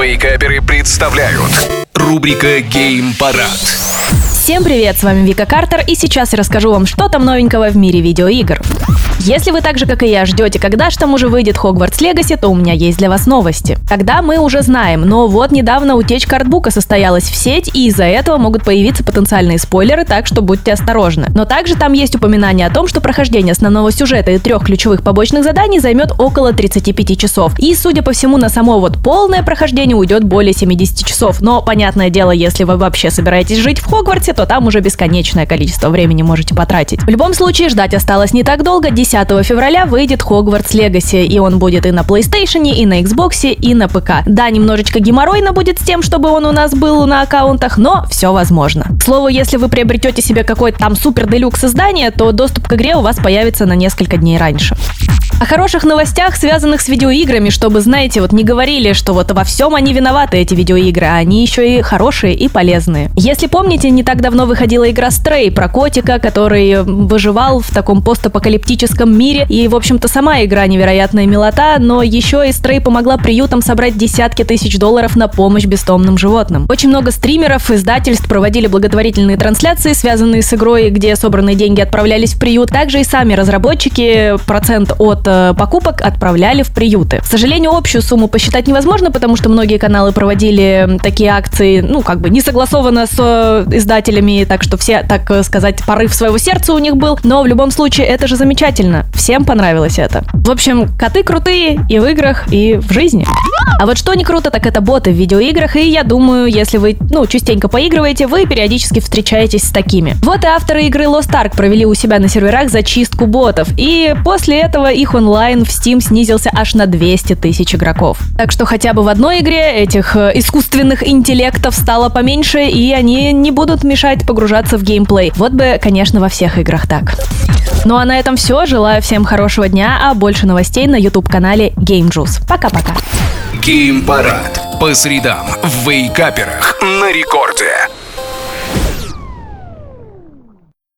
Вейкаперы представляют рубрика «Геймпарад». Всем привет, с вами Вика Картер, и сейчас я расскажу вам, что там новенького в мире видеоигр. Если вы так же, как и я, ждете, когда же там уже выйдет Hogwarts Legacy, то у меня есть для вас новости. Когда мы уже знаем, но вот недавно утечка артбука состоялась в сеть, и из-за этого могут появиться потенциальные спойлеры, так что будьте осторожны. Но также там есть упоминание о том, что прохождение основного сюжета и 3 ключевых побочных заданий займет около 35 часов. И, судя по всему, на само вот полное прохождение уйдет более 70 часов. Но, понятное дело, если вы вообще собираетесь жить в Хогвартсе, то там уже бесконечное количество времени можете потратить. В любом случае, ждать осталось не так долго. 10 февраля выйдет Hogwarts Legacy, и он будет и на PlayStation, и на Xbox, и на ПК. Да, немножечко геморройно будет с тем, чтобы он у нас был на аккаунтах, но все возможно. К слову, если вы приобретете себе какое-то там супер-делюкс издание, то доступ к игре у вас появится на несколько дней раньше. О хороших новостях, связанных с видеоиграми, чтобы, знаете, вот не говорили, что вот во всем они виноваты, эти видеоигры, а они еще и хорошие и полезные. Если помните, не так давно выходила игра Stray про котика, который выживал в таком постапокалиптическом мире, и, в общем-то, сама игра невероятная милота, но еще и Stray помогла приютам собрать десятки тысяч долларов на помощь бесдомным животным. Очень много стримеров, издательств проводили благотворительные трансляции, связанные с игрой, где собранные деньги отправлялись в приют. Также и сами разработчики процент от покупок отправляли в приюты. К сожалению, общую сумму посчитать невозможно, потому что многие каналы проводили такие акции, не согласованно с издателями, так что все, так сказать, порыв своего сердца у них был, но в любом случае это же замечательно. Всем понравилось это. В общем, коты крутые и в играх, и в жизни. А вот что не круто, так это боты в видеоиграх, и я думаю, если вы, частенько поигрываете, вы периодически встречаетесь с такими. Вот и авторы игры Lost Ark провели у себя на серверах зачистку ботов, и после этого их онлайн в Steam снизился аж на 200 тысяч игроков. Так что хотя бы в одной игре этих искусственных интеллектов стало поменьше, и они не будут мешать погружаться в геймплей. Вот бы, конечно, во всех играх так. Ну а на этом все. Желаю всем хорошего дня, а больше новостей на YouTube-канале Game Juice. Пока-пока. Геймпарад по средам в Вейкаперах на рекорде.